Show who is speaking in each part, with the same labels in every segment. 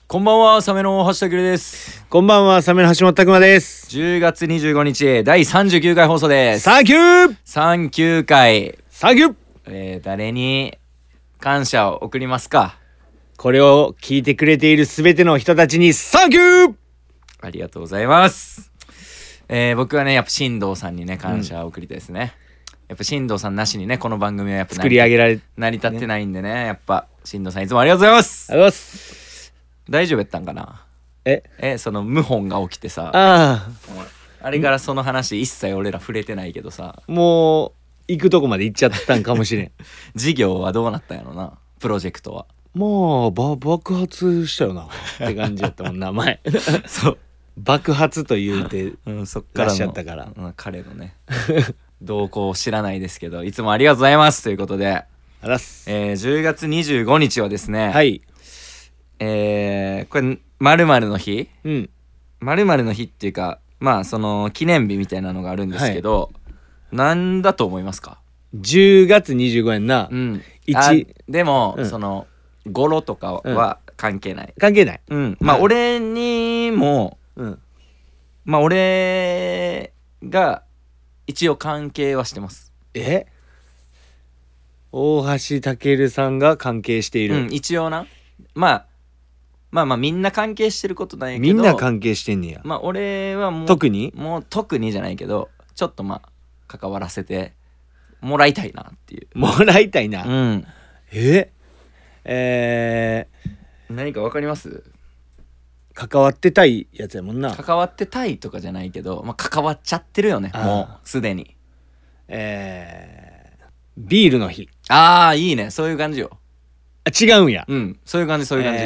Speaker 1: こんばんは、サメの橋田切です。
Speaker 2: こんばんは、サメの橋本拓馬です。
Speaker 1: 10月25日第39回放送です。
Speaker 2: サンキュー
Speaker 1: 39回、
Speaker 2: サンキュー。
Speaker 1: 誰に感謝を送りますか？
Speaker 2: これを聞いてくれているすべての人たちにサンキュー。
Speaker 1: ありがとうございます。僕はね、やっぱ進藤さんにね感謝を送りたいですね。やっぱ進藤さんなしにねこの番組はやっぱ
Speaker 2: 作り上げられ
Speaker 1: 成り立ってないんでね、やっぱ進藤さんいつもありがとうございます。
Speaker 2: ありがとうございます。
Speaker 1: 大丈夫やったんかな。その謀反が起きてさ、あれからその話一切俺ら触れてないけどさ、
Speaker 2: もう行くとこまで行っちゃったんかもしれん。
Speaker 1: 事業はどうなったんやろな、プロジェクトは。
Speaker 2: まあ爆発したよなって感じやったもん名前。
Speaker 1: そう
Speaker 2: 爆発と言うて
Speaker 1: そっからの
Speaker 2: 出しちゃったから、
Speaker 1: 彼のね動向を知らないですけど、いつもありがとうございますということで、
Speaker 2: あらっす。
Speaker 1: 10月25日はですね、
Speaker 2: はい、
Speaker 1: これ〇〇の日、〇〇の日っていうか、まあその記念日みたいなのがあるんですけど、なんだと思いますか
Speaker 2: ？10月25やんな。
Speaker 1: でも、その語呂とかは関係ない、
Speaker 2: 関係ない。
Speaker 1: まあ俺にも、まあ俺が一応関係はしてます。
Speaker 2: 大橋健さんが関係している。
Speaker 1: 一応な、まあみんな関係してることないけど、
Speaker 2: みんな関係してんねや。
Speaker 1: まあ俺はもう
Speaker 2: 特に
Speaker 1: じゃないけど、ちょっとまあ関わらせてもらいたいなっていう。
Speaker 2: もらいたいな。
Speaker 1: 何かわかります？
Speaker 2: 関わってたいやつやもんな。
Speaker 1: 関わってたいとかじゃないけど、まあ関わっちゃってるよね、もうすでに。
Speaker 2: ビールの日。
Speaker 1: ああ、いいね、そういう感じよ。
Speaker 2: 違うんや。
Speaker 1: そういう感じ、そういう感じ。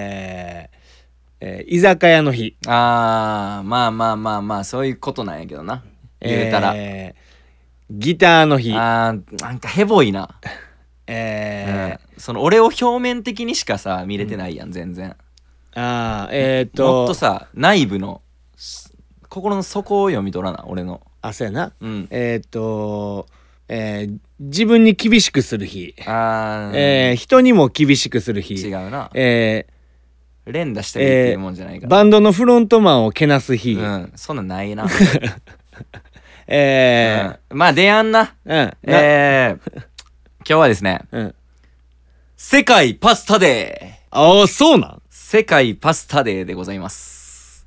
Speaker 2: 居酒屋の日。
Speaker 1: まあそういうことなんやけどな、言うたら。
Speaker 2: ギターの日。
Speaker 1: なんかヘボいな。その俺を表面的にしかさ見れてないやん、全然。もっとさ内部の心の底を読み取らな、俺の。
Speaker 2: そうやな。自分に厳しくする日。人にも厳しくする日。
Speaker 1: 違うな。連打してるっていうもんじゃないから。
Speaker 2: バンドのフロントマンをけなす日。
Speaker 1: そんなんないな。まあ出やんな。今日はですね、世界パスタデー。
Speaker 2: そうなん？
Speaker 1: 世界パスタデーでございます。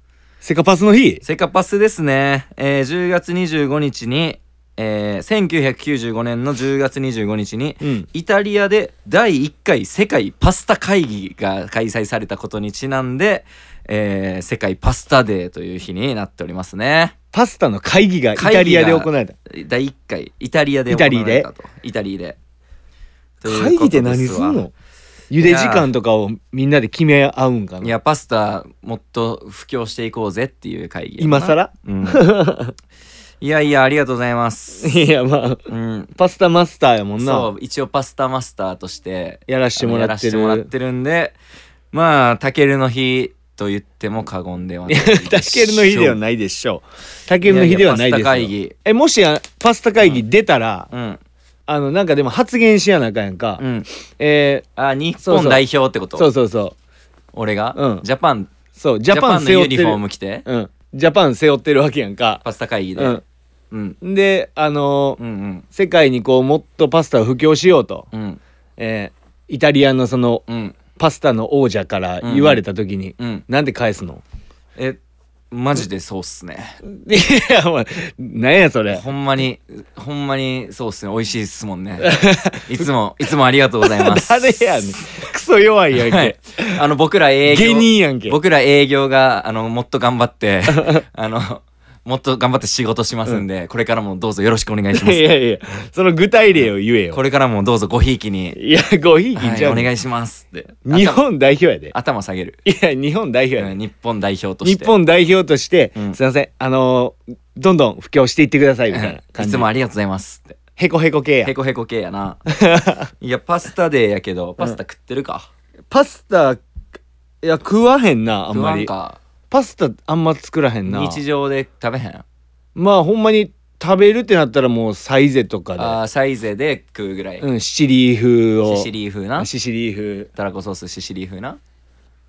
Speaker 2: セカパスの日。
Speaker 1: セカパスですね。10月25日に、1995年の10月25日に、イタリアで第1回世界パスタ会議が開催されたことにちなんで、世界パスタデーという日になっておりますね。
Speaker 2: パスタの会議がイタリアで行われた。
Speaker 1: 第1回イタリアで行われたと。イタリアで
Speaker 2: 会議って何すんの？茹で時間とかをみんなで決め合うんかな。
Speaker 1: いや、パスタもっと布教していこうぜっていう会議。
Speaker 2: 今更？
Speaker 1: いやいや、ありがとうございます。
Speaker 2: いや、まあ、パスタマスターやもんな。
Speaker 1: そう、一応パスタマスターとして
Speaker 2: やらしてもらって
Speaker 1: るんで、まあタケルの日と言っても過言ではない。
Speaker 2: タケルの日ではないでしょう。タケルの日ではないですよ。
Speaker 1: パスタ会議。
Speaker 2: もしパスタ会議出たら、なんかでも発言しやなあかんやんか。
Speaker 1: 日本代表ってこと？
Speaker 2: そう
Speaker 1: 俺がジャパンのユニフォーム着て、
Speaker 2: ジャパン背負ってるわけやんか、
Speaker 1: パスタ会議で。
Speaker 2: で世界にこうもっとパスタを布教しようと、イタリアのそのパスタの王者から言われた時になんで返すの？
Speaker 1: マジでそうっすね。
Speaker 2: いや、お前なんやそれ。
Speaker 1: ほんまにそうっすね。美味しいっすもんね。いつもありがとうございます。
Speaker 2: 誰やねん。クソ弱いやんけ。
Speaker 1: 僕ら営業
Speaker 2: 芸人やんけ。
Speaker 1: 僕ら営業がもっと頑張ってもっと頑張って仕事しますんで、これからもどうぞよろしくお願いします。
Speaker 2: いやその具体例を言えよ。
Speaker 1: これからもどうぞごひいきに。
Speaker 2: いや、ごひいきじゃん、
Speaker 1: お願いしますって。
Speaker 2: 日本代表やで。
Speaker 1: 頭下げる。
Speaker 2: いや、日本代表やで。
Speaker 1: 日本代表として。
Speaker 2: 日本代表として、すいません、どんどん布教していってくださいみたいな感じ。
Speaker 1: いつもありがとうございますって。
Speaker 2: へこへこ系や。
Speaker 1: へこへこ系やな。いや、パスタデーやけど、パスタ食ってるか？
Speaker 2: パスタ、いや、食わへんな、あんまり。
Speaker 1: 食わんか。
Speaker 2: パスタあんま作らへんな。
Speaker 1: 日常で食べへん。
Speaker 2: まあほんまに食べるってなったらもうサイゼとかで。
Speaker 1: サイゼで食うぐらい。
Speaker 2: シチリー風を。
Speaker 1: シシリー風な。
Speaker 2: シシリー風。
Speaker 1: たらこソースシシリー風な。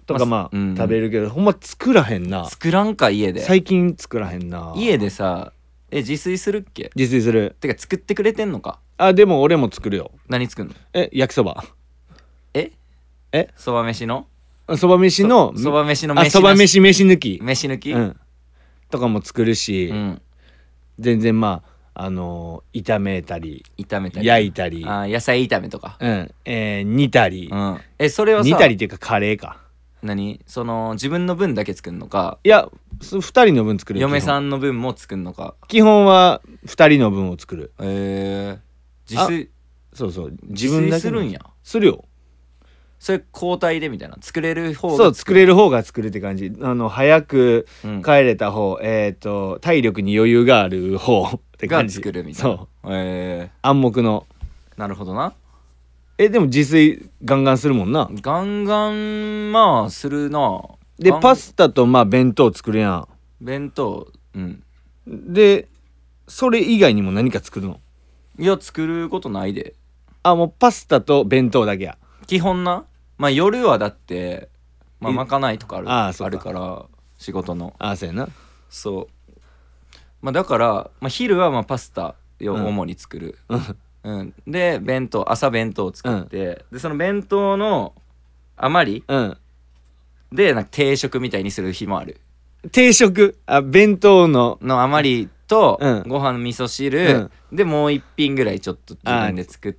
Speaker 2: とかまあ、食べるけどほんま作らへんな。
Speaker 1: 作らんか家で。
Speaker 2: 最近作らへんな。
Speaker 1: 家でさ自炊するっけ？
Speaker 2: 自炊する。
Speaker 1: てか作ってくれてんのか？
Speaker 2: あ、でも俺も作るよ。
Speaker 1: 何作んの？
Speaker 2: 焼きそば。
Speaker 1: そば飯の
Speaker 2: そば飯の
Speaker 1: そば飯の
Speaker 2: 飯そば飯抜きとかも作るし、全然まあ炒めたり焼いたり、
Speaker 1: 野菜炒めとか、
Speaker 2: 煮たり、
Speaker 1: それはさ
Speaker 2: 煮たりっていうかカレーか。
Speaker 1: 何その自分の分だけ作るのか？
Speaker 2: いや2人の分作る。
Speaker 1: 嫁さんの分も作るのか？
Speaker 2: 基本は2人の分を作る。
Speaker 1: 自炊。
Speaker 2: そう
Speaker 1: 自分だけするんや。
Speaker 2: するよ。
Speaker 1: それ交代でみたいな作れる方が
Speaker 2: そう作れる方が作るって感じ。早く帰れた方、体力に余裕がある方って感じ
Speaker 1: が作るみたいな。
Speaker 2: そう暗黙の。
Speaker 1: なるほどな。
Speaker 2: でも自炊ガンガンするもんな。
Speaker 1: ガンガンまあするな。
Speaker 2: でパスタとまあ弁当作るやん。
Speaker 1: 弁当。
Speaker 2: でそれ以外にも何か作るの？
Speaker 1: いや作ることないで。
Speaker 2: もうパスタと弁当だけや。
Speaker 1: 基本な。まあ夜はだってまかないとかあるから仕事の。
Speaker 2: そうやな。
Speaker 1: そう。まあだから昼はまあパスタを主に作る。で朝弁当を作って、でその弁当の余り、でなんか定食みたいにする日もある。
Speaker 2: 定食？弁当の
Speaker 1: 余りと、ご飯味噌汁、でもう一品ぐらいちょっと自分で作って、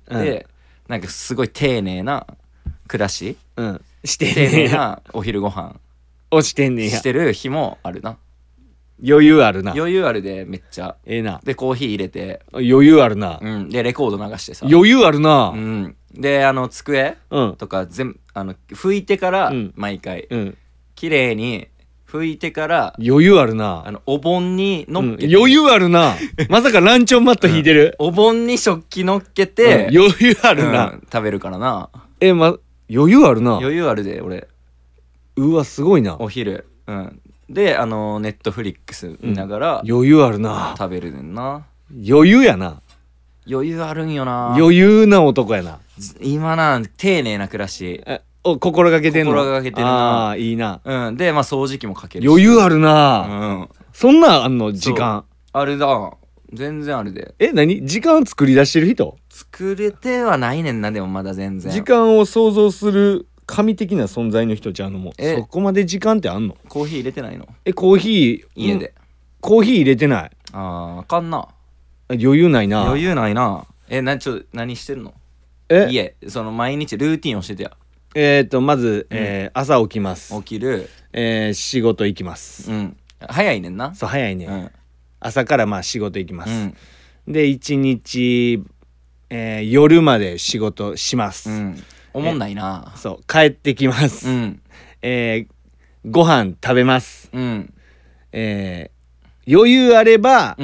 Speaker 1: なんかすごい丁寧な暮らし、
Speaker 2: して
Speaker 1: 丁寧なお昼ご飯
Speaker 2: をしてんねんや。
Speaker 1: してる日もあるな。
Speaker 2: 余裕あるな。
Speaker 1: 余裕あるでめっちゃ
Speaker 2: な。
Speaker 1: でコーヒー入れて
Speaker 2: 余裕あるな。
Speaker 1: でレコード流してさ
Speaker 2: 余裕あるな。
Speaker 1: で机とか全拭いてから毎回綺麗に拭いてから
Speaker 2: 余裕あるな。
Speaker 1: お盆に乗っけて
Speaker 2: 余裕あるな。まさかランチョンマット引いてる。
Speaker 1: お盆に食器乗っけて
Speaker 2: 余裕あるな。
Speaker 1: 食べるからな。
Speaker 2: 余裕あるな。
Speaker 1: 余裕あるで俺。
Speaker 2: うわすごいな。
Speaker 1: お昼でネットフリックス見ながら
Speaker 2: 余裕あるな。
Speaker 1: 食べるねんな。
Speaker 2: 余裕やな。
Speaker 1: 余裕あるんよな。
Speaker 2: 余裕な男やな。
Speaker 1: 今な丁寧な暮らし
Speaker 2: 心がけてんの。
Speaker 1: 心がけてるな。
Speaker 2: いいな。
Speaker 1: で掃除機もかけるし。
Speaker 2: 余裕あるな。そんなんあんの？時間
Speaker 1: あるな。全然あるで。
Speaker 2: 何？時間作り出してる人？
Speaker 1: 作れてはないねんな。でもまだ全然
Speaker 2: 時間を想像する神的な存在の人ちゃうの？もそこまで時間ってあんの？
Speaker 1: コーヒー入れてないの？
Speaker 2: コーヒー
Speaker 1: 家で
Speaker 2: コーヒー入れてない。
Speaker 1: あかんな。
Speaker 2: 余裕ないな。
Speaker 1: 余裕ないな。何してるの？家その毎日ルーティン教えてや。
Speaker 2: まず、朝起きます。
Speaker 1: 起きる。
Speaker 2: 仕事行きます。
Speaker 1: 早いねんな。
Speaker 2: そう早いね。朝からまあ仕事行きます。で1日、夜まで仕事します。
Speaker 1: おもんないな。
Speaker 2: そう帰ってきます。ご飯食べます。余裕あれば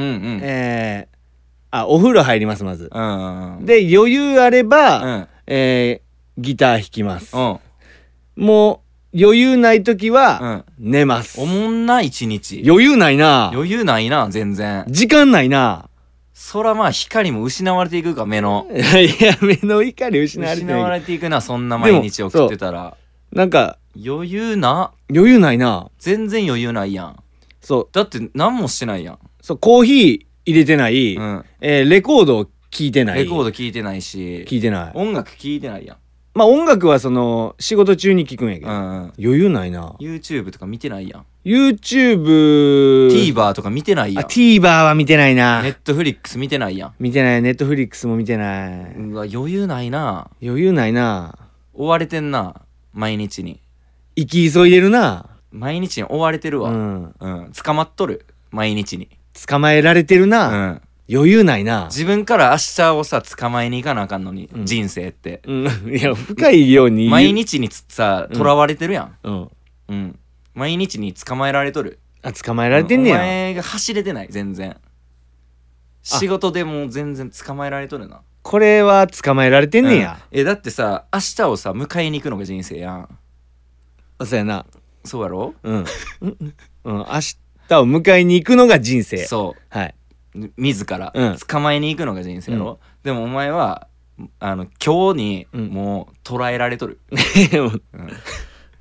Speaker 2: お風呂入りますまず。で余裕あればギター弾きます。もう余裕ない時は寝ます。
Speaker 1: おもんな一日。
Speaker 2: 余裕ないな。
Speaker 1: 余裕ないな全然。
Speaker 2: 時間ないな。
Speaker 1: そらまあ光も失われていくか目の。
Speaker 2: いや目の光失わ
Speaker 1: れていくな。そんな毎日送ってたら。
Speaker 2: なんか
Speaker 1: 余裕ない
Speaker 2: な。
Speaker 1: 全然余裕ないやん。
Speaker 2: そう
Speaker 1: だって何もしてないやん。
Speaker 2: そうコーヒー入れてない、レコード聴いてない。
Speaker 1: レコード聴いてないし
Speaker 2: 聴いてない。
Speaker 1: 音楽聴いてないやん。
Speaker 2: まあ音楽はその仕事中に聴くんやけど、余裕ないな。
Speaker 1: YouTube とか見てないやん。
Speaker 2: YouTube
Speaker 1: TVer とか見てないやん。
Speaker 2: TVer は見てないな。
Speaker 1: Netflix 見てないやん。
Speaker 2: 見てない。Netflix も見てない。
Speaker 1: うわ余裕ないな。
Speaker 2: 余裕ないな。
Speaker 1: 追われてんな毎日に。
Speaker 2: 生き急いでるな。
Speaker 1: 毎日に追われてるわ。捕まっとる毎日に。
Speaker 2: 捕まえられてるな。余裕ないな。
Speaker 1: 自分から明日をさ捕まえに行かなあかんのに、人生って、
Speaker 2: いや深いように
Speaker 1: 毎日にさ囚われてるやん。毎日に捕まえられとる。
Speaker 2: 捕まえられてんねや。
Speaker 1: お前が走れてない全然。仕事でも全然捕まえられとるな。
Speaker 2: これは捕まえられてんねや。
Speaker 1: だってさ明日をさ迎えに行くのが人生やん。
Speaker 2: そうやな。
Speaker 1: そうやろ。
Speaker 2: 明日を迎えに行くのが人生。
Speaker 1: そう。
Speaker 2: はい。
Speaker 1: 自ら捕まえに行くのが人生やろ。でもお前は今日にもう捉えられとる。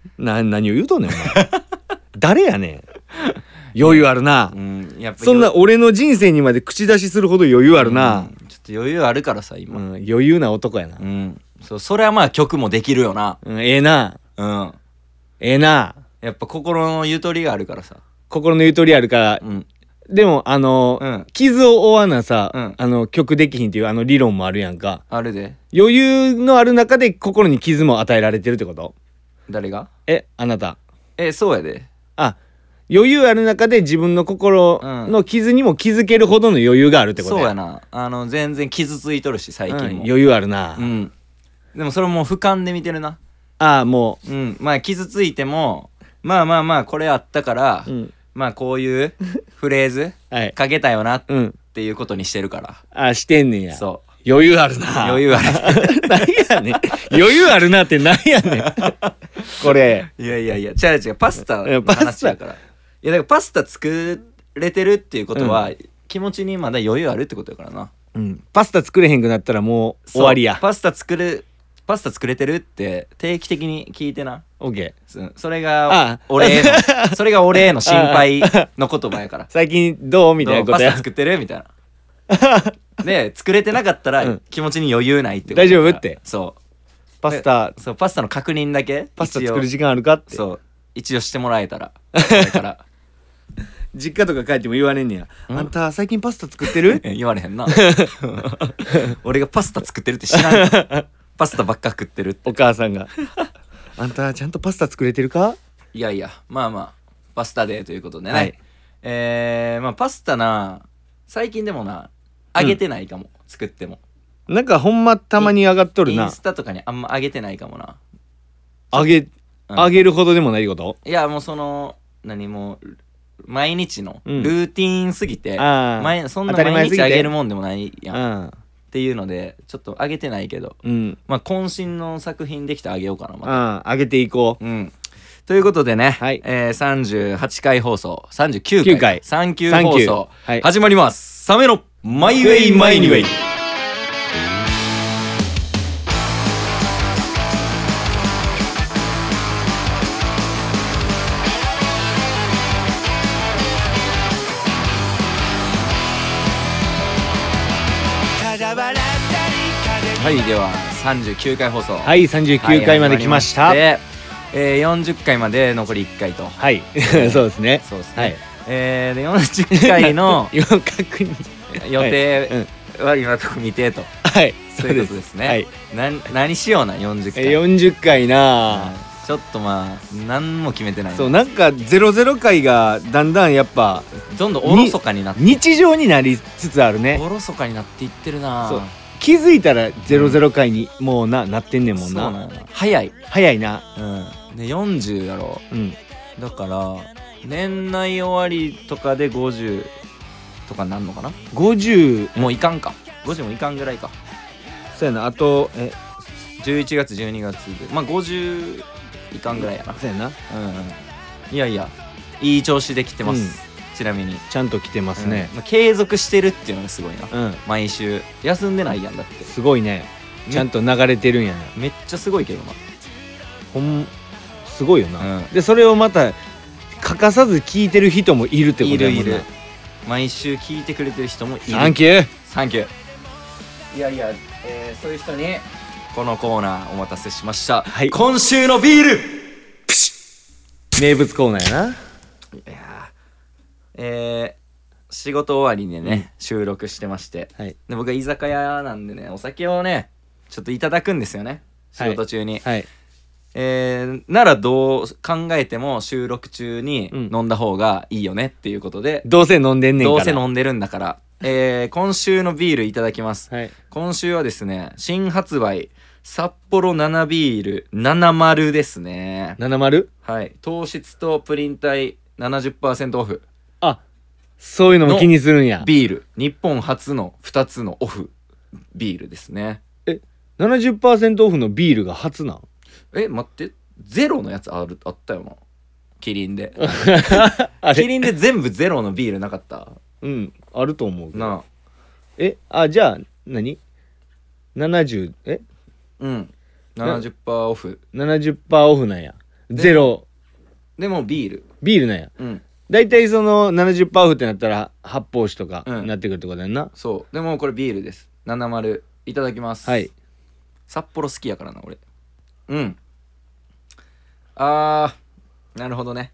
Speaker 2: 何を言うとんねんお前誰やねん余裕あるな、
Speaker 1: やっぱ
Speaker 2: そんな俺の人生にまで口出しするほど余裕あるな、
Speaker 1: ちょっと余裕あるからさ今、
Speaker 2: 余裕な男やな、
Speaker 1: それはまあ曲もできるよな、
Speaker 2: ええな、ええな、
Speaker 1: やっぱ心のゆとりがあるからさ、
Speaker 2: 心のゆとりあるから、でも傷を負わなさ、曲できひんっていう理論もあるやんか。
Speaker 1: あるで。
Speaker 2: 余裕のある中で心に傷も与えられてるってこと？
Speaker 1: 誰が？
Speaker 2: あなた。
Speaker 1: そうやで。
Speaker 2: 余裕ある中で自分の心の傷にも気づけるほどの余裕があるってことや。
Speaker 1: そうやな。全然傷ついとるし最近も。
Speaker 2: 余裕あるな。
Speaker 1: でもそれも俯瞰で見てるな。
Speaker 2: もう。
Speaker 1: まあ傷ついてもまあこれあったから。まあこういうフレーズかけたよなっていうことにしてるから。
Speaker 2: してんねんや。
Speaker 1: そう。
Speaker 2: 余裕あるな。
Speaker 1: 余裕ある。
Speaker 2: 何やねん。余裕あるなって何やねん。これ。
Speaker 1: いや違うパスタの話だから。いやだからパスタ作れてるっていうことは、気持ちにまだ余裕あるってことやからな。
Speaker 2: パスタ作れへんくなったらもう終わりや。
Speaker 1: パスタ作れてるって定期的に聞いてな。
Speaker 2: オッケ
Speaker 1: ー。それが俺への心配の言葉やから。
Speaker 2: 最近どうみたいなことや。
Speaker 1: パスタ作ってるみたいな。で作れてなかったら気持ちに余裕ないってこと。
Speaker 2: 大丈夫って。
Speaker 1: そう。
Speaker 2: パスタ
Speaker 1: の確認だけ。
Speaker 2: パスタ作る時間あるかって。
Speaker 1: そう一応してもらえたら。だから
Speaker 2: 実家とか帰っても言われんねや。あんた最近パスタ作ってる？
Speaker 1: 言われへんな。俺がパスタ作ってるって知らん。パスタばっか食ってるって。
Speaker 2: お母さんがあんたちゃんとパスタ作れてるか？
Speaker 1: いやまあパスタデーということでね、まあパスタな最近でもな揚げてないかも、作っても
Speaker 2: なんかほんまたまに上がっとるな。
Speaker 1: インスタとかにあんま揚げてないかもな。
Speaker 2: 揚げるほどでもないこと？
Speaker 1: いやもうもう毎日のルーティーンすぎて、そんな毎日揚げるもんでもないやん、っていうのでちょっと上げてないけど、まあ渾身の作品できたらあげようかな、ま
Speaker 2: た上げていこう、
Speaker 1: ということでね、38回放送39回サンキュー放送始まります。サメのマイウェイマイニウェイ。はい、では39回放送、
Speaker 2: 39回まで来ました。
Speaker 1: 40回まで残り1回と。
Speaker 2: そうですね。
Speaker 1: で40回の
Speaker 2: 確認
Speaker 1: 予定は今のとこ未定と。そういうことですね。何しような40
Speaker 2: 回な。
Speaker 1: ちょっとまあ何も決めてない。
Speaker 2: そうなんか00回がだんだんやっぱ
Speaker 1: どんどんおろそかになって
Speaker 2: 日常になりつつあるね。
Speaker 1: おろそかになっていってるな。
Speaker 2: 気づいたら00回にもうなってんねんもんな。
Speaker 1: 早い
Speaker 2: な。
Speaker 1: で40やろ。だから年内終わりとかで50とかなんのかな。
Speaker 2: 50
Speaker 1: もういかんか。50もいかんぐらいか。
Speaker 2: そうやな。あと
Speaker 1: 11月12月でまあ50いかんぐらいやな。
Speaker 2: そうやな。
Speaker 1: いやいい調子で来てます。ちなみに
Speaker 2: ちゃんと来てますね。
Speaker 1: 継続してるっていうのがすごいな。毎週休んでないやんだって。
Speaker 2: すごいね。ちゃんと流れてるんやな。
Speaker 1: めっちゃすごいけどな。
Speaker 2: すごいよな。でそれをまた欠かさず聞いてる人もいるってことやもんな。いる。
Speaker 1: 毎週聞いてくれてる人もいる。
Speaker 2: サンキュ
Speaker 1: ー。いやそういう人にこのコーナーお待たせしました。今週のビール。
Speaker 2: 名物コーナーやな。
Speaker 1: 仕事終わりにね、収録してまして、で僕は居酒屋なんでね、お酒をねちょっといただくんですよね、仕事中に。ならどう考えても収録中に飲んだ方がいいよねっていうことで、
Speaker 2: どうせ飲んでんねんから、
Speaker 1: どうせ飲んでるんだから、今週のビールいただきます。今週はですね、新発売札幌生ビール70ですね。
Speaker 2: 70？
Speaker 1: 糖質とプリン体 70% オフ。
Speaker 2: そういうのも気にするんや。
Speaker 1: ビール日本初の2つのオフビールですね。
Speaker 2: 70% オフのビールが初なん？
Speaker 1: 待って、ゼロのやつあったよな、キリンで。キリンで全部ゼロのビールなかった？
Speaker 2: あると思う
Speaker 1: な。
Speaker 2: じゃあ何 70？70%
Speaker 1: オフ。
Speaker 2: 70% オフなんや。 ゼロ
Speaker 1: でもビール。
Speaker 2: ビールなんや。
Speaker 1: うん
Speaker 2: だいたいその70%オフってなったら発泡酒とかなってくるってことやんな。
Speaker 1: そうでもこれビールです。70いただきます。
Speaker 2: はい。
Speaker 1: 札幌好きやからな俺。なるほどね。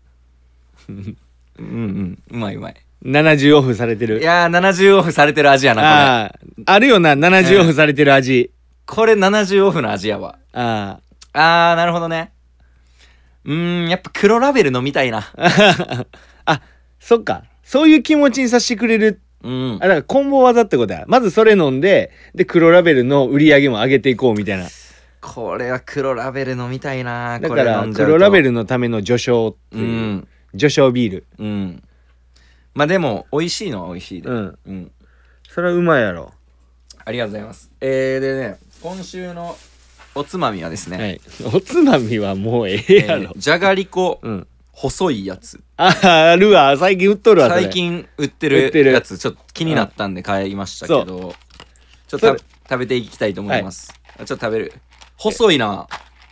Speaker 1: うまいうまい。
Speaker 2: 70オフされてる。
Speaker 1: いやー70オフされてる味やな
Speaker 2: あるよな、70オフされてる味。
Speaker 1: これ70オフの味やわ。なるほどね。やっぱ黒ラベル飲みたいな。
Speaker 2: あ、そっか。そういう気持ちにさせてくれる。だからコンボ技ってことや。まずそれ飲んで、で黒ラベルの売り上げも上げていこうみたいな。
Speaker 1: これは黒ラベル飲みたいな。
Speaker 2: だから黒ラベルのための序章っていう、序章ビール。
Speaker 1: まあでも美味しいのは美味しいで。
Speaker 2: それはうまいやろ。
Speaker 1: ありがとうございます。でね、今週のおつまみはですね、
Speaker 2: はい、おつまみはもうええやろ。
Speaker 1: じゃがりこ、細いやつ。
Speaker 2: あるわ、最近売っとるわ。
Speaker 1: 最近売ってるやつちょっと気になったんで買いましたけど、ちょっと食べていきたいと思います。ちょっと食べる。細いな。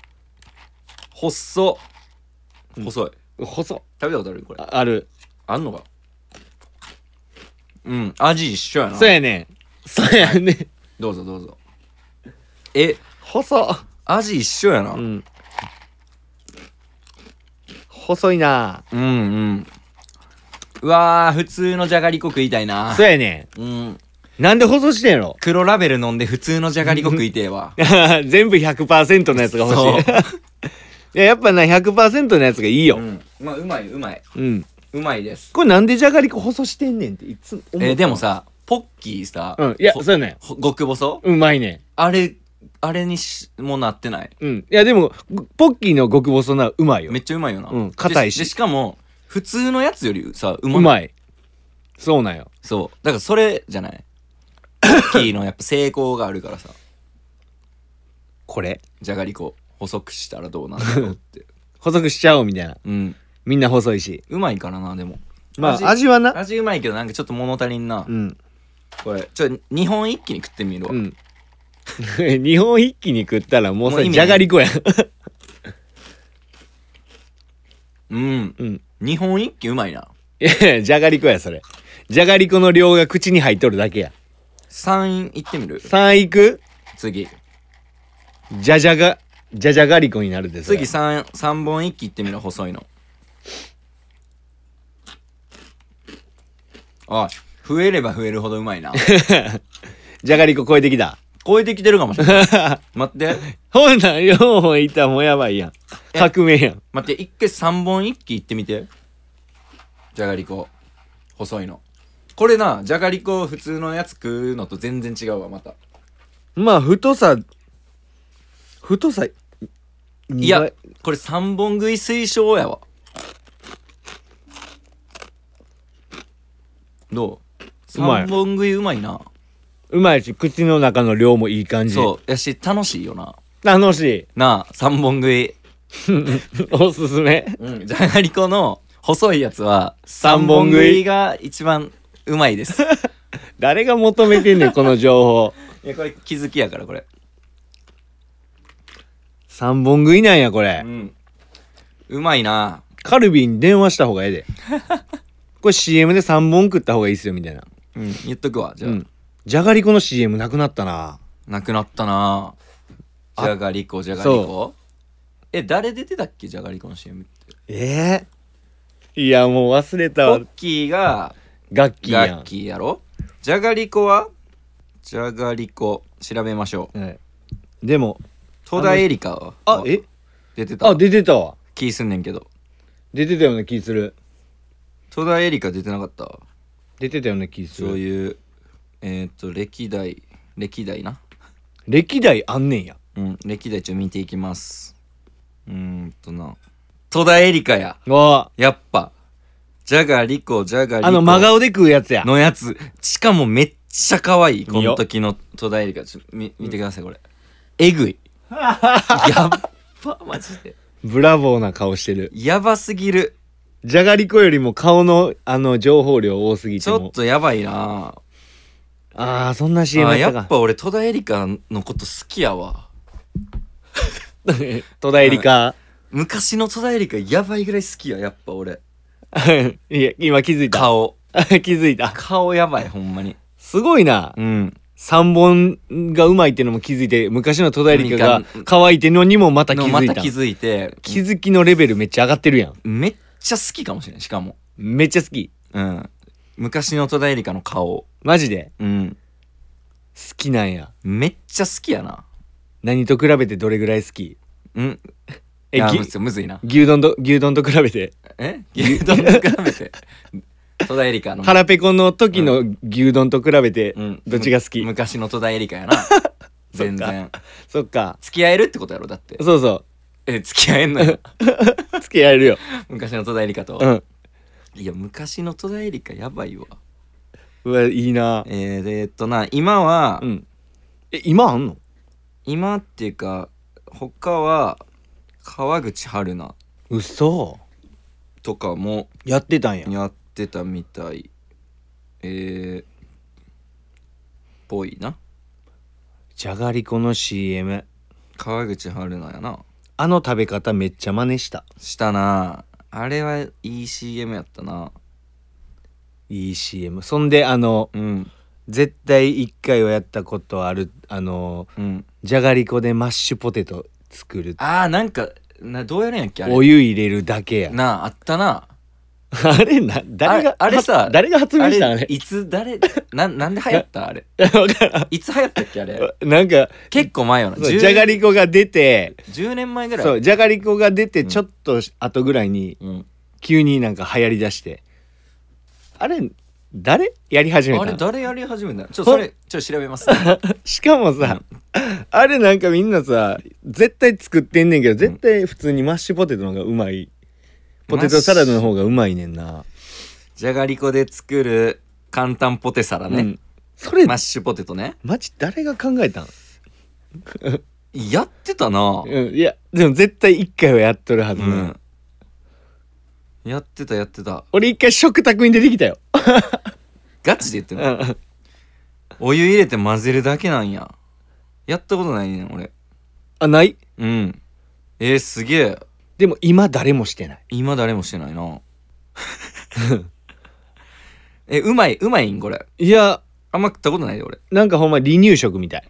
Speaker 1: 細い。食べたことあるこれ。
Speaker 2: ある。
Speaker 1: あんのか。味一緒やな。
Speaker 2: そうやね。そうやね。
Speaker 1: どうぞどうぞ。味一緒やな。
Speaker 2: 細いな。
Speaker 1: うわー、普通のじゃがりこ食いたいな。
Speaker 2: そうやね。なんで細してんやろ。
Speaker 1: 黒ラベル飲んで普通のじゃがりこ食いてえわ。
Speaker 2: 全部 100% のやつが欲しい。いや、やっぱな 100% のやつがいいよ。
Speaker 1: まあうまい。うまいです。
Speaker 2: これなんでじゃがりこ細してんねんっていつ思う。
Speaker 1: でもさ、ポッキーさ、
Speaker 2: いや、そうやね。
Speaker 1: 極細
Speaker 2: うまいね。
Speaker 1: あれにもなってない。
Speaker 2: いやでもポッキーの極細なうまいよ。
Speaker 1: めっちゃうまいよな。
Speaker 2: 硬いし。
Speaker 1: しかも普通のやつよりさう
Speaker 2: まい。そうなんよ。
Speaker 1: そうだからそれじゃない。ポッキーのやっぱ成功があるからさ。
Speaker 2: これ
Speaker 1: じゃがりこ細くしたらどうなんだろうって
Speaker 2: 細くしちゃおうみたいな。みんな細いし
Speaker 1: うまいからな。でも
Speaker 2: まあ味はな、
Speaker 1: 味うまいけどなんかちょっと物足りんな。これ2本一気に食ってみるわ。
Speaker 2: 2本一気に食ったらもうそれじゃがりこやん。
Speaker 1: 2本一気うまいな。
Speaker 2: いやじゃがりこやそれ。じゃがりこの量が口に入っとるだけや。
Speaker 1: 3いってみる。
Speaker 2: 3いく。
Speaker 1: 次
Speaker 2: じゃじゃがりこになるで。
Speaker 1: 次3本一気いってみる。細いの。増えれば増えるほどうまいな。
Speaker 2: じゃがりこ超えてきた。
Speaker 1: 超えてきてるかもしれない。待って。
Speaker 2: ほんなん4本いったらもうやばいやん。革命やん。
Speaker 1: 待って、一回3本一気いってみて。じゃがりこ細いの。これな、じゃがりこ普通のやつ食うのと全然違うわ。また
Speaker 2: まあ太さ
Speaker 1: いやこれ3本食い推奨やわ。どう？3本食いうまいな。
Speaker 2: うまいし口の中の量もいい感じ。
Speaker 1: そうやし楽しいよな。
Speaker 2: 楽しい
Speaker 1: なあ。3本食い
Speaker 2: おすすめ。
Speaker 1: じゃがりこの細いやつは3本食いが一番うまいです。
Speaker 2: 誰が求めてんねんこの情報。
Speaker 1: いやこれ気づきやからこれ。
Speaker 2: 3本食いなんやこれ。
Speaker 1: うまいな。
Speaker 2: カルビーに電話した方がええで。これ CM で3本食った方がいいっすよみたいな。
Speaker 1: 言っとくわ。じゃあ
Speaker 2: じゃがりこの CM なくなったな。
Speaker 1: なくなったな。じゃがりこ誰出てたっけ。じゃがりこの CM って。
Speaker 2: いやもう忘れたわ。
Speaker 1: ポッキーが
Speaker 2: ガッキー
Speaker 1: やろ。じゃがりこはじゃがりこ調べましょう。
Speaker 2: でも
Speaker 1: 戸田恵梨香は出てた。
Speaker 2: 出てたわ。
Speaker 1: 気すんねんけど。
Speaker 2: 出てたような気する。
Speaker 1: 戸田恵梨香出てなかった。
Speaker 2: 出てたような気する。
Speaker 1: そういう歴代な。
Speaker 2: 歴代あんねんや。
Speaker 1: 歴代見ていきます。戸田恵梨香や。やっぱじゃがりこ
Speaker 2: 真顔で食うやつや
Speaker 1: のやつ。しかもめっちゃ可愛い。この時の戸田恵梨香見てくださいこれ。えぐい。やっばマジで。
Speaker 2: ブラボーな顔してる。
Speaker 1: やばすぎる。
Speaker 2: じゃがりこよりも顔の情報量多すぎて
Speaker 1: ちょっとやばいな。
Speaker 2: そんな CM やったか。
Speaker 1: やっぱ俺戸田恵梨香のこと好きやわ。
Speaker 2: 戸田恵梨香。
Speaker 1: 昔の戸田恵梨香やばいぐらい好きや、やっぱ俺。
Speaker 2: いや今気づいた。
Speaker 1: 顔
Speaker 2: 気づいた。
Speaker 1: 顔やばい、ほんまに。
Speaker 2: すごいな。
Speaker 1: うん。
Speaker 2: 3本がうまいってのも気づいて、昔の戸田恵梨香が可愛いってのにもまた気づいた。
Speaker 1: また気づいて、
Speaker 2: 気づきのレベルめっちゃ上がってるやん。
Speaker 1: めっちゃ好きかもしれん、しかも。
Speaker 2: めっちゃ好き。
Speaker 1: うん。昔の戸田恵梨香の顔。
Speaker 2: マジで
Speaker 1: うん。
Speaker 2: 好きなんや。
Speaker 1: めっちゃ好きやな。
Speaker 2: 何と比べてどれぐらい好き？
Speaker 1: うん。むずいな。
Speaker 2: 牛丼と比べて。
Speaker 1: 牛丼と比べて。戸田恵梨香の
Speaker 2: 腹ペコの時の牛丼と比べて、どっちが好き？
Speaker 1: 昔の戸田恵梨香やな。全然。
Speaker 2: そっか。
Speaker 1: 付き合えるってことやろ、だって。
Speaker 2: そうそう。
Speaker 1: 付き合えんのよ。
Speaker 2: 付き合えるよ。
Speaker 1: 昔の戸田恵梨香と。
Speaker 2: うん。
Speaker 1: いや、昔の戸田恵梨香やばいわ。
Speaker 2: うわ、いいな。
Speaker 1: 今は、
Speaker 2: 今あんの？
Speaker 1: 今っていうか、他は川口春奈
Speaker 2: 嘘
Speaker 1: とかも
Speaker 2: やってたんや。
Speaker 1: やってたみたい。ぽいな。
Speaker 2: じゃがりこの CM。
Speaker 1: 川口春奈やな。
Speaker 2: あの食べ方めっちゃ真似した。
Speaker 1: したな。あれはいい CM やったな。
Speaker 2: いい CM。そんで絶対一回はやったことあるじゃがりこでマッシュポテト作る。
Speaker 1: なんかどうやるんやっけ、あれ。
Speaker 2: お湯入れるだけや
Speaker 1: な。あったな。
Speaker 2: あれ誰が
Speaker 1: あれさ、
Speaker 2: 誰が発明したん？あれ
Speaker 1: いつなんで流行ったあれ。いつ流行ったっけあれ。
Speaker 2: なんか
Speaker 1: 結構前よな。
Speaker 2: じゃがりこが出て
Speaker 1: 10年前ぐらい。
Speaker 2: そうじゃがりこが出てちょっと後ぐらいに急になんか流行りだして、あれ誰やり始めたの？
Speaker 1: あれ誰やり始めたの？それ調べます、ね。
Speaker 2: しかもさ、あれなんかみんなさ絶対作ってんねんけど、絶対普通にマッシュポテトの方がうまい。ポテトサラダの方がうまいねんな。
Speaker 1: じゃがりこで作る簡単ポテサラね。
Speaker 2: それ
Speaker 1: マッシュポテトね。
Speaker 2: マジ誰が考えたん？
Speaker 1: やってたな。
Speaker 2: いやでも絶対一回はやっとるはずな。
Speaker 1: やってた。
Speaker 2: 俺一回食卓に出てきたよ。
Speaker 1: ガチで言ってんの？お湯入れて混ぜるだけなんや。やったことないねん俺。
Speaker 2: ない？
Speaker 1: うん。すげえ。
Speaker 2: でも今誰もしてない。
Speaker 1: 今誰もしてないな。うまいんこれ。
Speaker 2: いや
Speaker 1: あんま食ったことないで俺。
Speaker 2: なんかほんま離乳食みたい。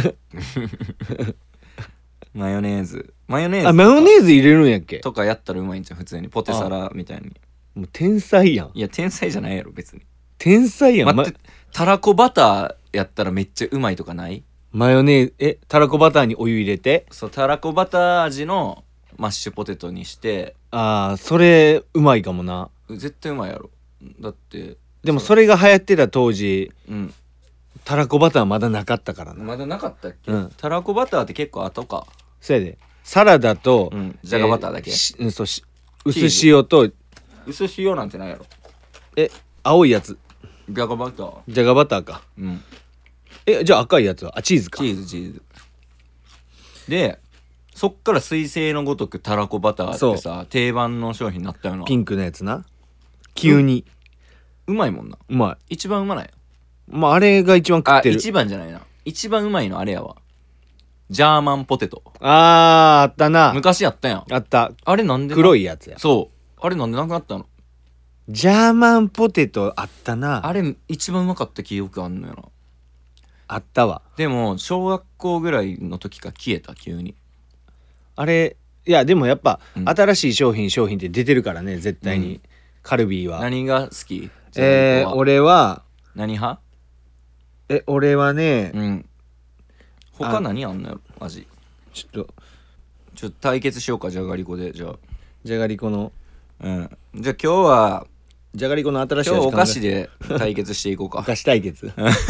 Speaker 1: マヨネーズ
Speaker 2: マヨネーズ入れるんやっけ
Speaker 1: とかやったらうまいんじゃん、普通にポテサラみたいに。
Speaker 2: もう天才やん。
Speaker 1: いや天才じゃないやろ別に。
Speaker 2: 天才やん。
Speaker 1: 待って、たらこバターやったらめっちゃうまいとかない？
Speaker 2: マヨネーズたらこバターにお湯入れて、
Speaker 1: そう、たらこバター味のマッシュポテトにして。
Speaker 2: それうまいかもな。
Speaker 1: 絶対うまいやろ。だって
Speaker 2: でもそれが流行ってた当時、
Speaker 1: うん
Speaker 2: たらこバターまだなかったからな。
Speaker 1: まだなかったっけ？たらこバターって結構後か。
Speaker 2: そうやで。サラダと
Speaker 1: じゃがバターだけ。
Speaker 2: そう薄塩と
Speaker 1: 薄塩なんてないやろ。
Speaker 2: 青いやつ
Speaker 1: じゃがバター。
Speaker 2: じゃがバターか。じゃあ赤いやつはチーズか。
Speaker 1: チーズで、そっから彗星のごとくたらこバターってさ定番の商品になったよな。
Speaker 2: ピンクのやつな。急に
Speaker 1: うまいもんな。
Speaker 2: うまい。
Speaker 1: 一番うまない。
Speaker 2: あれが一番食ってる。
Speaker 1: 一番じゃないな。一番うまいのあれやわ。ジャーマンポテト。
Speaker 2: あったな。
Speaker 1: 昔やったやん。
Speaker 2: あった。
Speaker 1: あれなんで
Speaker 2: 黒いやつや。
Speaker 1: そう。あれなんでなくなったの？
Speaker 2: ジャーマンポテトあったな。
Speaker 1: あれ一番うまかった記憶あんのよな。
Speaker 2: あったわ。
Speaker 1: でも小学校ぐらいの時から消えた急に。
Speaker 2: あれいやでもやっぱ、新しい商品って出てるからね絶対に、カルビーは。
Speaker 1: 何が好き？
Speaker 2: 俺は
Speaker 1: 何派？
Speaker 2: 俺はね、
Speaker 1: 他何あんのよ味。ちょっと対決しようか、じゃがりこで。じゃあ
Speaker 2: じゃがりこの
Speaker 1: じゃあ今日は
Speaker 2: じゃがりこの新しい
Speaker 1: 今日お菓子で対決していこうか。
Speaker 2: お菓子対決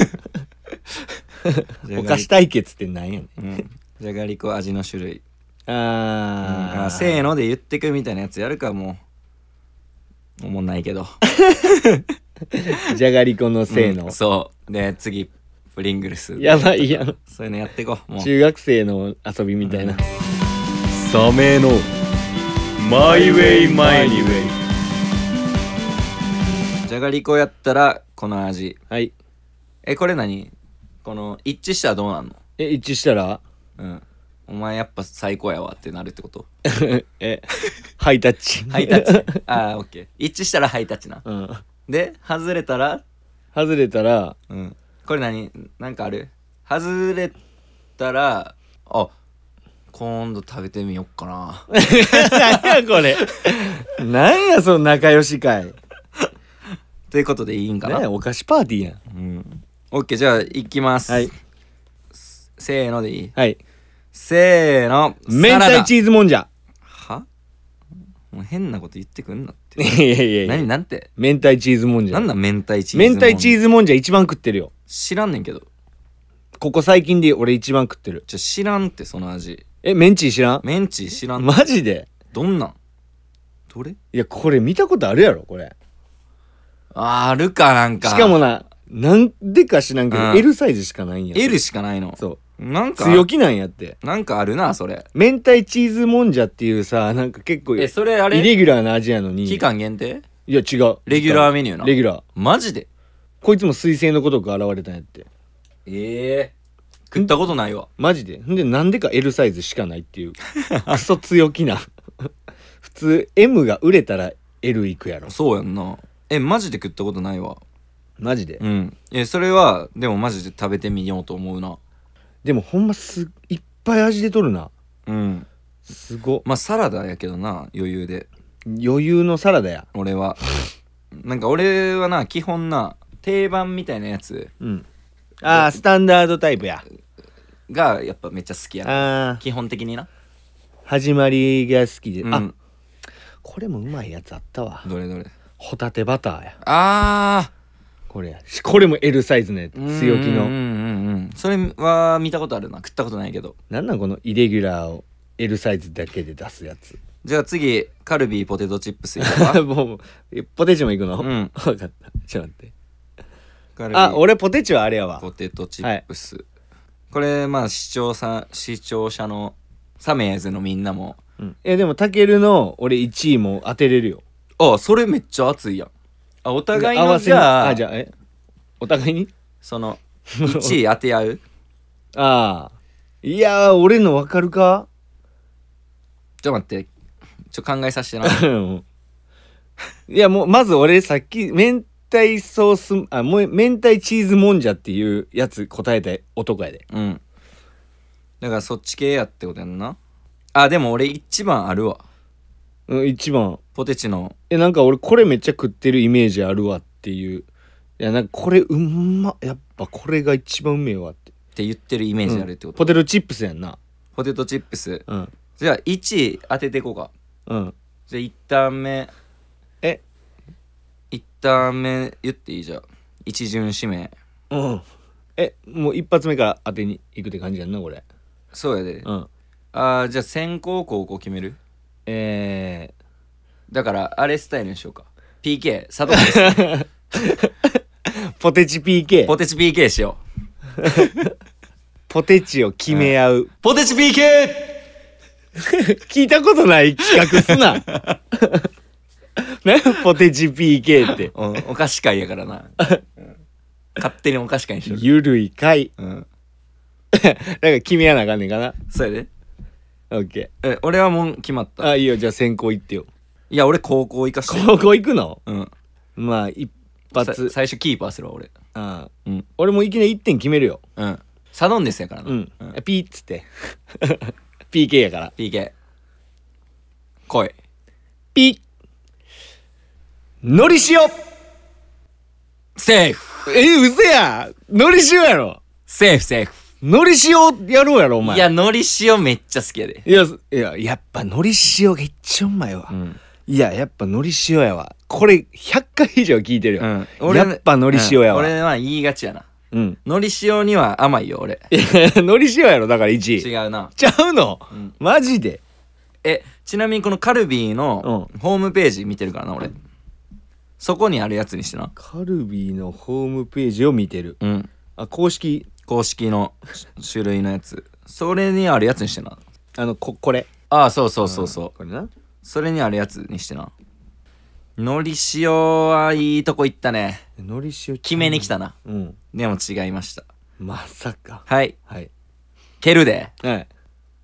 Speaker 2: お菓子対決って何やね
Speaker 1: ん。じゃがりこ味の種類。せ
Speaker 2: せ
Speaker 1: ーので言ってくみたいなやつやるか。もう思んないけど。
Speaker 2: じゃがりこのせーの、
Speaker 1: そうで次プリングルス。
Speaker 2: やばいやん。
Speaker 1: そういうのやっていこう。もう
Speaker 2: 中学生の遊びみたいな。
Speaker 1: サメのマイウェイマイニウェイ。じゃがりこやったらこの味。
Speaker 2: はい。
Speaker 1: これ何？この一致したらどうなんの？
Speaker 2: 一致したら
Speaker 1: お前やっぱ最高やわってなるってこと
Speaker 2: ハイタッチ
Speaker 1: ハイタッチああオッケー一致したらハイタッチな、
Speaker 2: うん、
Speaker 1: で外れたら
Speaker 2: これ
Speaker 1: なんかある外れたら今度食べてみよっかな
Speaker 2: 何やこれ何やその仲良し会
Speaker 1: ということでいいんかな。
Speaker 2: 何やお菓子パーティーやん。
Speaker 1: オッケーじゃあいきます。
Speaker 2: はい
Speaker 1: せーのでいい。
Speaker 2: はい。
Speaker 1: せーの。
Speaker 2: 明太チーズもんじゃ。
Speaker 1: はもう変なこと言ってくんなって。
Speaker 2: いやいやいや。
Speaker 1: なんて
Speaker 2: 明太チーズもんじゃ。
Speaker 1: なんだ明太チーズもんじゃ。
Speaker 2: 明太チーズもんじゃ一番食ってるよ。
Speaker 1: 知らんねんけど。
Speaker 2: ここ最近で俺一番食ってる。
Speaker 1: 知らんってその味。
Speaker 2: メンチ知らん？
Speaker 1: メンチ知らん。
Speaker 2: マジで？
Speaker 1: どんなん？どれ？
Speaker 2: いやこれ見たことあるやろこれ。
Speaker 1: あるかなんか。
Speaker 2: しかもなんでか知らんけど、L サイズしかないんや。
Speaker 1: L しかないの。
Speaker 2: そう。
Speaker 1: なんか
Speaker 2: 強気なんやって。
Speaker 1: なんかあるなそれ。
Speaker 2: 明太チーズもんじゃっていうさなんか結構
Speaker 1: それあれ
Speaker 2: イレギュラーな味やのに。
Speaker 1: 期間限定？
Speaker 2: いや違う。
Speaker 1: レギュラーメニューな。
Speaker 2: レギュラー。
Speaker 1: マジで？
Speaker 2: こいつも彗星のごとく現れたんやって。
Speaker 1: 食ったことないわ。
Speaker 2: マジで。んでなんでか L サイズしかないっていうクソ強気な普通 M が売れたら L いくやろ。
Speaker 1: そうやんな。マジで食ったことないわ。
Speaker 2: マジで。
Speaker 1: それはでもマジで食べてみようと思うな。
Speaker 2: でもほんいっぱい味でとるな。すご。
Speaker 1: まあサラダやけどな余裕で。
Speaker 2: 余裕のサラダや。
Speaker 1: 俺はなんか俺はな基本な定番みたいなやつ、
Speaker 2: スタンダードタイプや
Speaker 1: がやっぱめっちゃ好きやな。基本的にな。
Speaker 2: 始まりが好きで、これもうまいやつあったわ。
Speaker 1: どれ
Speaker 2: ホタテバターや。これも L サイズのやつ。強気の。
Speaker 1: それは見たことあるな。食ったことないけど。
Speaker 2: なんこのイレギュラーを L サイズだけで出すやつ。
Speaker 1: じゃあ次カルビーポテトチップスいこうか。
Speaker 2: もうポテチもいくの？分かった。ちょっと待って。
Speaker 1: カルビー
Speaker 2: 俺ポテチはあれやわ。
Speaker 1: ポテトチップス、これまあ視聴者のサメーズのみんなも、
Speaker 2: でもタケルの俺1位も当てれるよ。
Speaker 1: それめっちゃ熱いやん。お互いのじゃあ
Speaker 2: お互いに
Speaker 1: その1位当て合う。
Speaker 2: いやー俺の分かるか？
Speaker 1: ちょ待って考えさせてな。
Speaker 2: いやもうまず俺さっき明太ソースもう明太チーズもんじゃっていうやつ答えた男やで。
Speaker 1: だからそっち系やってことやんな。でも俺一番あるわ。
Speaker 2: 一番
Speaker 1: ポテチの
Speaker 2: なんか俺これめっちゃ食ってるイメージあるわっていう。いやなんかこれやっぱこれが一番うめえわって
Speaker 1: 言ってるイメージあるってこと。
Speaker 2: ポテトチップスやんな。
Speaker 1: ポテトチップス。じゃあ1位当てていこうか。じゃあ1ターン目言っていい？じゃあ一巡指名。
Speaker 2: もう一発目から当てに行くって感じやんなこれ。
Speaker 1: そうやで。じゃあ先攻後攻決める？だからあれスタイルにしようか。 PK 佐藤です。
Speaker 2: ポテチ PK。
Speaker 1: ポテチ PK しよう。
Speaker 2: ポテチを決め合う、
Speaker 1: ポテチ PK
Speaker 2: 聞いたことない企画すな。何ポテチ PK って、
Speaker 1: お菓子会やからな。勝手にお菓子会にしよう。
Speaker 2: ゆるい会。なんか決めやなあかんねんかな。
Speaker 1: そうやで。
Speaker 2: オッケ
Speaker 1: ー。俺はもう決まった。
Speaker 2: いいよ。じゃあ先行行ってよ。
Speaker 1: いや俺高校行かして。
Speaker 2: 高校行くの？まあ一発
Speaker 1: 最初キーパーするわ俺。
Speaker 2: 俺もいきなり1点決めるよ。
Speaker 1: サドンデスやからな。
Speaker 2: ピーっつってPK やから。
Speaker 1: PK 来い。
Speaker 2: ピッのり塩。
Speaker 1: セーフ。
Speaker 2: 嘘や。のり塩やろ。
Speaker 1: セーフ。
Speaker 2: のり塩やろうやろお前。
Speaker 1: いやのり塩めっちゃ好きやで。
Speaker 2: いややっぱのり塩が一番うまいわ。いややっぱのり塩やわ。これ100回以上聞いてるよ。やっぱのり塩やわ。
Speaker 1: 俺は言いがちやな。のり塩には甘いよ俺。
Speaker 2: のり塩やろだから1位。
Speaker 1: 違うな。
Speaker 2: ちゃうの？マジで？
Speaker 1: ちなみにこのカルビーのホームページ見てるからな俺。そこにあるやつにしてな。
Speaker 2: カルビーのホームページを見てる。公式
Speaker 1: の種類のやつ。それにあるやつにしてな。
Speaker 2: これ。
Speaker 1: そうこれな。それにあるやつにしてな。のり塩はいいとこ行ったね。
Speaker 2: のり塩
Speaker 1: 決めに来たな。でも違いました。
Speaker 2: まさか。
Speaker 1: はい。蹴るで。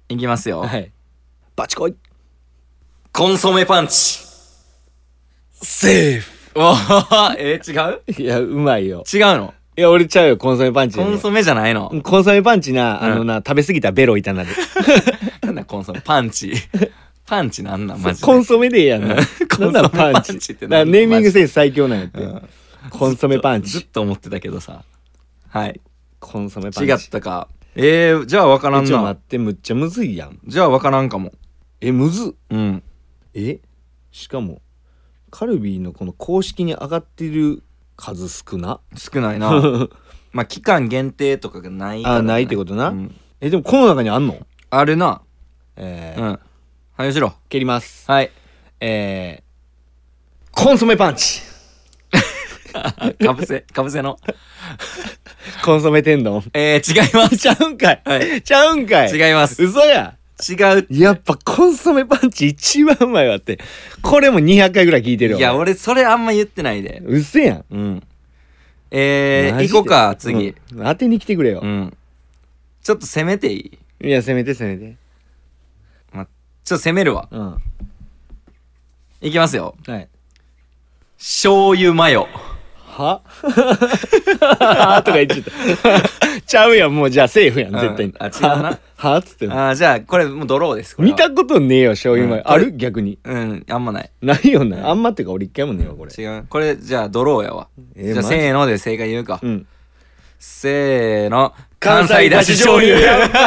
Speaker 1: いきますよ、
Speaker 2: はい、バチコイ。
Speaker 1: コンソメパンチ。
Speaker 2: セーフ。
Speaker 1: おー違う？
Speaker 2: いや、うまいよ。
Speaker 1: 違うの？
Speaker 2: いや、俺ちゃうよ、コンソメパンチ、
Speaker 1: コンソメじゃないの？
Speaker 2: コンソメパンチな、食べ過ぎたらベロ痛なる。
Speaker 1: なんだコンソメパンチ。パンチなんなんマジで。
Speaker 2: コンソメでええやんな。なんだパンチってネーミングセンス最強なんやって。コンソメパンチ。
Speaker 1: ずっと思ってたけどさ。はい。
Speaker 2: コンソメパンチ。
Speaker 1: 違ったか。じゃあ分からんな。
Speaker 2: ちょっと待って、むっちゃむずいやん。
Speaker 1: じゃあ分からんかも。
Speaker 2: むずっ。
Speaker 1: うん。
Speaker 2: しかもカルビーのこの公式に上がってる数少
Speaker 1: ないな。まあ期間限定とかがないから、ね、
Speaker 2: ないってことな、でもこの中にあんの？あ
Speaker 1: るな。はいしろ。
Speaker 2: 蹴ります。
Speaker 1: はい。
Speaker 2: コンソメパンチ。
Speaker 1: かぶせの
Speaker 2: コンソメ天丼。
Speaker 1: 違います。
Speaker 2: ちゃうんかい、
Speaker 1: はい、
Speaker 2: ちゃうんかい。
Speaker 1: 違います。
Speaker 2: 嘘や。
Speaker 1: 違う。
Speaker 2: やっぱコンソメパンチ一番うまいわって。これも200回ぐらい聞いてるよ。
Speaker 1: いや俺それあんま言ってないで。
Speaker 2: うせやん。
Speaker 1: 行こうか次、
Speaker 2: 当てに来てくれよ。
Speaker 1: ちょっと攻めていい？
Speaker 2: いや攻めて。
Speaker 1: ちょっと攻めるわ。いきますよ。
Speaker 2: はい。
Speaker 1: 醤油マヨ。
Speaker 2: はとか言っちゃったちゃうやん。もうじゃあセーフやん絶対に。
Speaker 1: 違うな。
Speaker 2: はっつってん。
Speaker 1: じゃあこれもうドローです。
Speaker 2: 見たことねえよ醤油マヨ。ある？逆に。
Speaker 1: あんまない。
Speaker 2: ないよな。あんまってか俺一回もねえよこれ。
Speaker 1: 違う。これじゃあドローやわ。じゃあせーので正解言うか。せーの。関西だし醤油。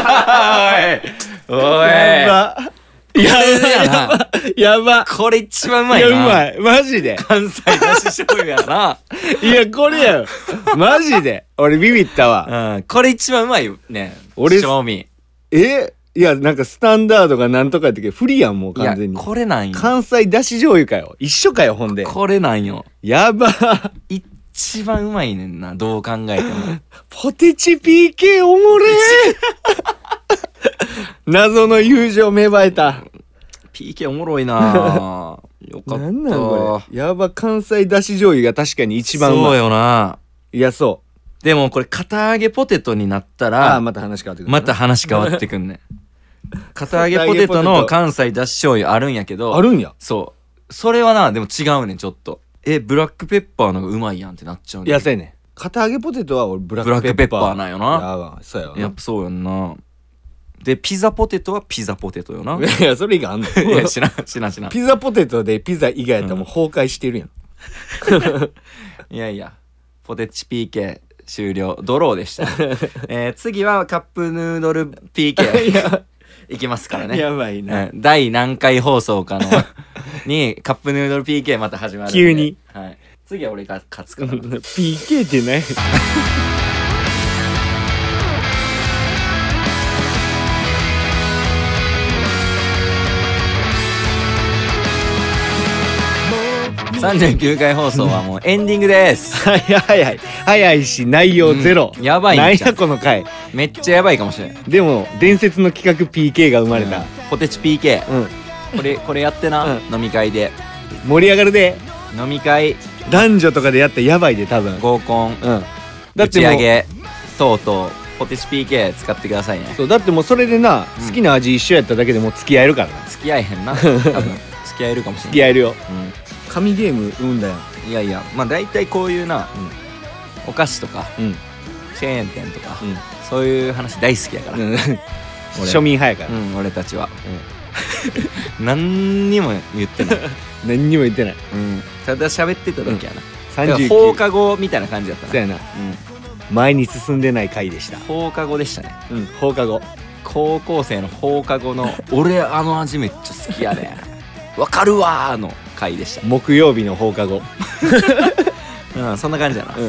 Speaker 1: おい。やば。これ一番うまいな。
Speaker 2: いやうまいマジで。
Speaker 1: 関西だし醤油やな。
Speaker 2: いやこれやよマジで。俺ビビったわ。
Speaker 1: これ一番うまいよね。
Speaker 2: 俺
Speaker 1: 正味。
Speaker 2: いやなんかスタンダードがなんとかやったけど不利やんもう完全に。
Speaker 1: これなんよ。
Speaker 2: 関西だし醤油かよ。一緒かよほんで。
Speaker 1: これなんよ。
Speaker 2: やば。
Speaker 1: 一番うまいねんなどう考えても。
Speaker 2: ポテチ PK おもれ謎の友情芽生えた。
Speaker 1: PK おもろいな。よかった。なんなん
Speaker 2: これ。やば。関西だし醤油が確かに一番うまい。
Speaker 1: そうよな。
Speaker 2: いやそう
Speaker 1: でもこれ片揚げポテトになったら
Speaker 2: また話変わってくる。
Speaker 1: また話変わってくんねん。片揚げポテトの関西だし醤油あるんやけど。
Speaker 2: あるんや。
Speaker 1: そうそれはなでも違うねんちょっと。ブラックペッパーの方がうまいやんってなっちゃうねん。
Speaker 2: いやそうやねん。片揚げポテトは俺ブラックペッパー
Speaker 1: なんよな。
Speaker 2: やばそうやわ。
Speaker 1: やっぱそうやんな。でピザポテトはピザポテトよな。
Speaker 2: いやそれ以外あんの？
Speaker 1: いや知らん。
Speaker 2: ピザポテトでピザ以外やったらもう崩壊してるやん。
Speaker 1: いやいやポテチ PK 終了。ドローでした。次はカップヌードル PK いきますからね。
Speaker 2: やばいな。
Speaker 1: 第何回放送かのにカップヌードル PK また始まるんで。
Speaker 2: 急に。
Speaker 1: 次は俺が勝つから。
Speaker 2: PK ってね。
Speaker 1: 39回放送はもうエンディングです。
Speaker 2: 早いし内容ゼロ。
Speaker 1: やばいんちゃう？
Speaker 2: なんやこの回。
Speaker 1: めっちゃやばいかもしれん。
Speaker 2: でも伝説の企画 PK が生まれた。
Speaker 1: ポテチ PK。これやってな、飲み会で
Speaker 2: 盛り上がるで。
Speaker 1: 飲み会
Speaker 2: 男女とかでやったらやばいで多分。
Speaker 1: 合コン、打ち上げ等々ポテチ PK 使ってくださいね。
Speaker 2: そうだってもうそれでな、好きな味一緒やっただけでもう付き合えるからな。
Speaker 1: 付き合えへんな。多分付き合えるかもしれない。
Speaker 2: 付き合えるよ。神ゲーム生んだよ。
Speaker 1: いやいやまあ大体こういうな、お菓子とか、チェーン店とか、そういう話大好きやから。
Speaker 2: 庶民派やから。
Speaker 1: 俺たちは。何にも言ってない。
Speaker 2: 何にも言ってない。
Speaker 1: ただ喋ってただけやな。
Speaker 2: 39
Speaker 1: 放課後みたいな感じだったな。
Speaker 2: そうやな。前に進んでない回でした。
Speaker 1: 放課後でしたね。
Speaker 2: 放課後。
Speaker 1: 高校生の放課後の俺あの味めっちゃ好きやね。わかるわーの回でした。
Speaker 2: 木曜日の放課後。
Speaker 1: そんな感じやな。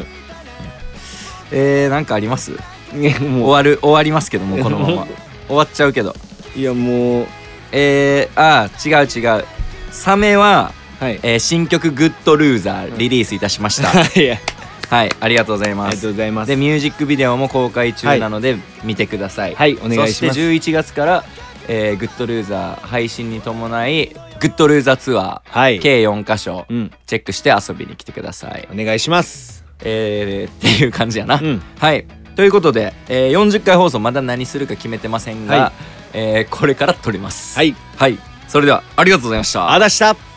Speaker 1: なんかあります？終わりますけどもこのまま終わっちゃうけど。
Speaker 2: いやもう
Speaker 1: 違うサメは、新曲「グッドルーザー」リリースいたしました。はいありがとうございます。
Speaker 2: ありがとうございます。
Speaker 1: でミュージックビデオも公開中なので見てください。
Speaker 2: はいお願いします。
Speaker 1: そして11月からグッドルーザー配信に伴いグッドルーザーツアー、計4カ所チェックして遊びに来てください。
Speaker 2: お願いします。
Speaker 1: っていう感じやな。はいということで、40回放送まだ何するか決めてませんが、 これから撮ります。
Speaker 2: はい、
Speaker 1: はい、それではありがとうございました。
Speaker 2: あだした。